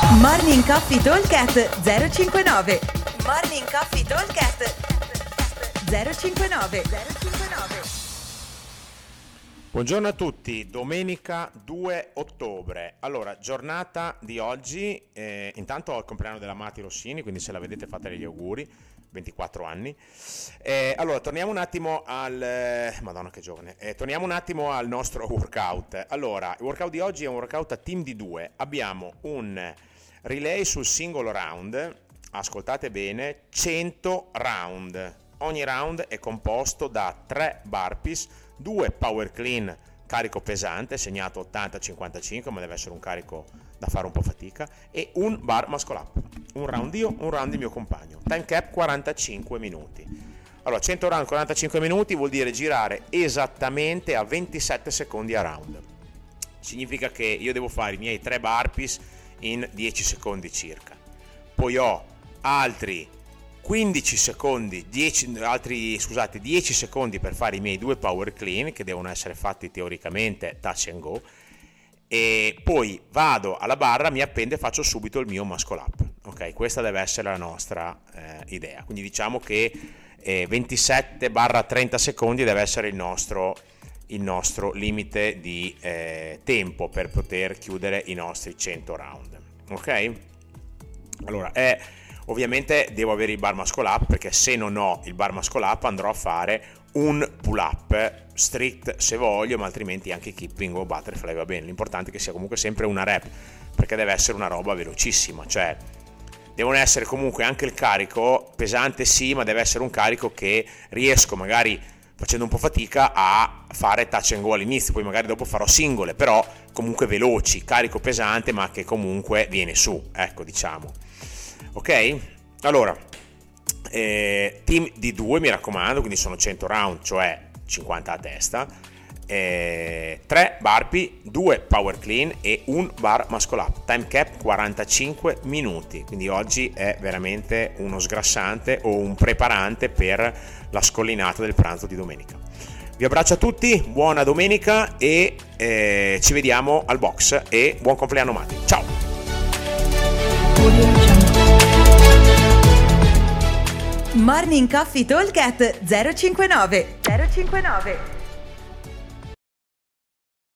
Morning Coffee Talkcast 059. Morning Coffee Talkcast 059. Buongiorno a tutti, domenica 2 ottobre. Allora, giornata di oggi, intanto ho il compleanno della Mati Rossini, quindi se la vedete fatele gli auguri, 24 anni. Allora, torniamo un attimo Madonna che giovane. Torniamo un attimo al nostro workout. Allora, il workout di oggi è un workout a team di 2. Abbiamo un relay sul singolo round, ascoltate bene, 100 round. Ogni round è composto da 3 burpees, 2 power clean, carico pesante, segnato 80-55, ma deve essere un carico da fare un po' fatica, e un bar muscle up. Un round io, un round il mio compagno. Time cap 45 minuti. Allora, 100 round 45 minuti vuol dire girare esattamente a 27 secondi a round. Significa che io devo fare i miei 3 burpees in 10 secondi circa. Poi ho altri 10 secondi per fare i miei 2 power clean che devono essere fatti teoricamente touch and go, e poi vado alla barra, mi appendo e faccio subito il mio muscle up. Ok, questa deve essere la nostra idea. Quindi diciamo che 27-30 secondi deve essere il nostro limite di tempo per poter chiudere i nostri 100 round. Ok? Allora, ovviamente devo avere il bar muscle up, perché se non ho il bar muscle up andrò a fare un pull up strict se voglio, ma altrimenti anche keeping o butterfly va bene. L'importante è che sia comunque sempre una rep, perché deve essere una roba velocissima, cioè devono essere comunque anche il carico pesante, sì, ma deve essere un carico che riesco, magari facendo un po' fatica, a fare touch and go all'inizio, poi magari dopo farò singole, però comunque veloci, carico pesante ma che comunque viene su, ecco, diciamo. Ok? Allora, team di 2 mi raccomando, quindi sono 100 round, cioè 50 a testa, 3 burpee, 2 power clean e un bar muscle up. Time cap 45 minuti, quindi oggi è veramente uno sgrassante o un preparante per la scollinata del pranzo di domenica. Vi abbraccio a tutti, buona domenica e ci vediamo al box, e buon compleanno Mati. Ciao! Morning Coffee Talkcast 059.